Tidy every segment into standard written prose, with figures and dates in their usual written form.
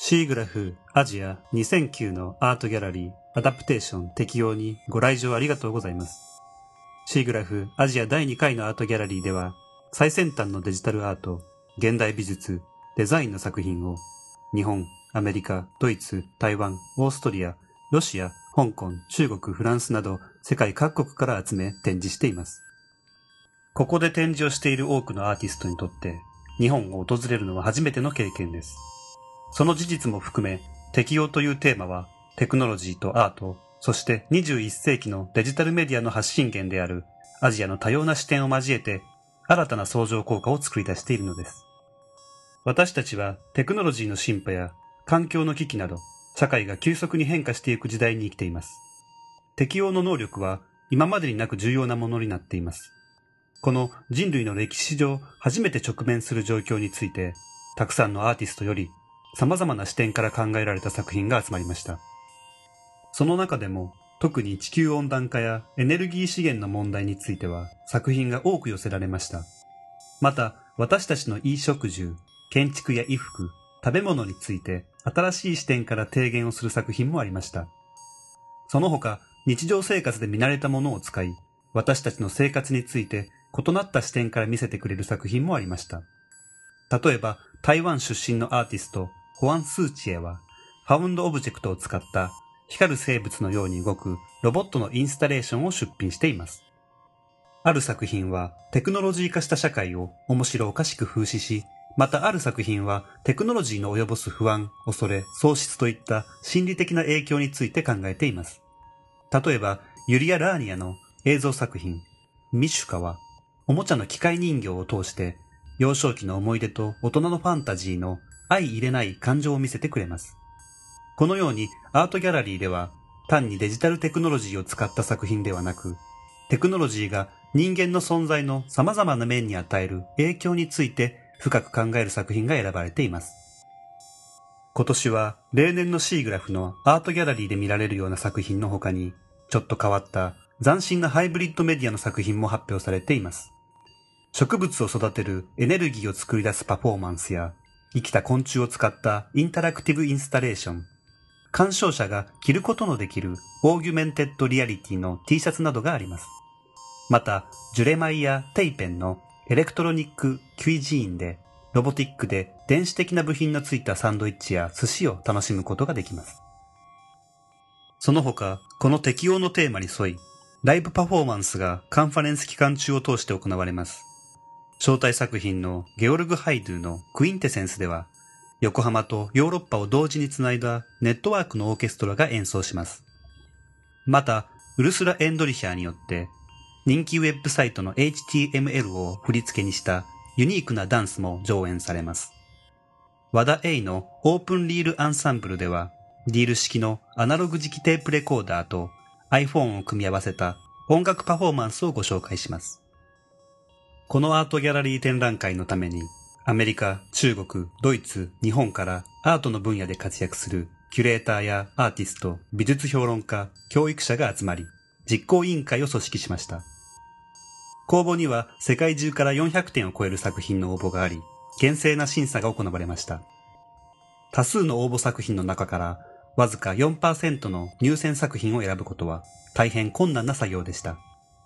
シーグラフアジア2009のアートギャラリーアダプテーション適用にご来場ありがとうございます。シーグラフアジア第2回のアートギャラリーでは、最先端のデジタルアート、現代美術、デザインの作品を日本、アメリカ、ドイツ、台湾、オーストリア、ロシア、香港、中国、フランスなど世界各国から集め展示しています。ここで展示をしている多くのアーティストにとって日本を訪れるのは初めての経験です。その事実も含め、適用というテーマはテクノロジーとアート、そして21世紀のデジタルメディアの発信源であるアジアの多様な視点を交えて新たな相乗効果を作り出しているのです。私たちはテクノロジーの進歩や環境の危機など社会が急速に変化していく時代に生きています。適応の能力は今までになく重要なものになっています。この人類の歴史上初めて直面する状況について、たくさんのアーティストより様々な視点から考えられた作品が集まりました。その中でも特に地球温暖化やエネルギー資源の問題については作品が多く寄せられました。また私たちの衣食住、建築や衣服、食べ物について新しい視点から提言をする作品もありました。その他、日常生活で見慣れたものを使い、私たちの生活について異なった視点から見せてくれる作品もありました。例えば、台湾出身のアーティスト、ホアン・スーチエは、ファウンドオブジェクトを使った光る生物のように動くロボットのインスタレーションを出品しています。ある作品はテクノロジー化した社会を面白おかしく風刺し、またある作品はテクノロジーの及ぼす不安、恐れ、喪失といった心理的な影響について考えています。例えば、ユリア・ラーニアの映像作品、ミシュカは、おもちゃの機械人形を通して、幼少期の思い出と大人のファンタジーの相入れない感情を見せてくれます。このようにアートギャラリーでは単にデジタルテクノロジーを使った作品ではなく、テクノロジーが人間の存在の様々な面に与える影響について深く考える作品が選ばれています。今年は例年のシーグラフのアートギャラリーで見られるような作品の他に、ちょっと変わった斬新なハイブリッドメディアの作品も発表されています。植物を育てるエネルギーを作り出すパフォーマンスや、生きた昆虫を使ったインタラクティブインスタレーション、鑑賞者が着ることのできるオーギュメンテッドリアリティの T シャツなどがあります。また、ジュレマイやテイペンのエレクトロニックキュイジーンで、ロボティックで電子的な部品のついたサンドイッチや寿司を楽しむことができます。その他、この適用のテーマに沿い、ライブパフォーマンスがカンファレンス期間中を通して行われます。招待作品のゲオルグ・ハイドゥのクインテセンスでは、横浜とヨーロッパを同時につないだネットワークのオーケストラが演奏します。また、ウルスラ・エンドリヒャーによって人気ウェブサイトの HTML を振り付けにしたユニークなダンスも上演されます。和田エイのオープンリールアンサンブルでは、ディール式のアナログ磁気テープレコーダーと iPhone を組み合わせた音楽パフォーマンスをご紹介します。このアートギャラリー展覧会のために、アメリカ、中国、ドイツ、日本からアートの分野で活躍するキュレーターやアーティスト、美術評論家、教育者が集まり、実行委員会を組織しました。公募には世界中から400点を超える作品の応募があり、厳正な審査が行われました。多数の応募作品の中からわずか 4% の入選作品を選ぶことは大変困難な作業でした。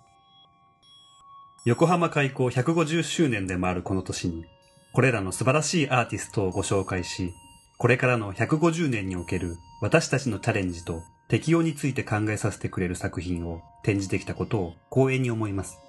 横浜開港150周年でもあるこの年に、これらの素晴らしいアーティストをご紹介し、これからの150年における私たちのチャレンジと適応について考えさせてくれる作品を展示できたことを光栄に思います。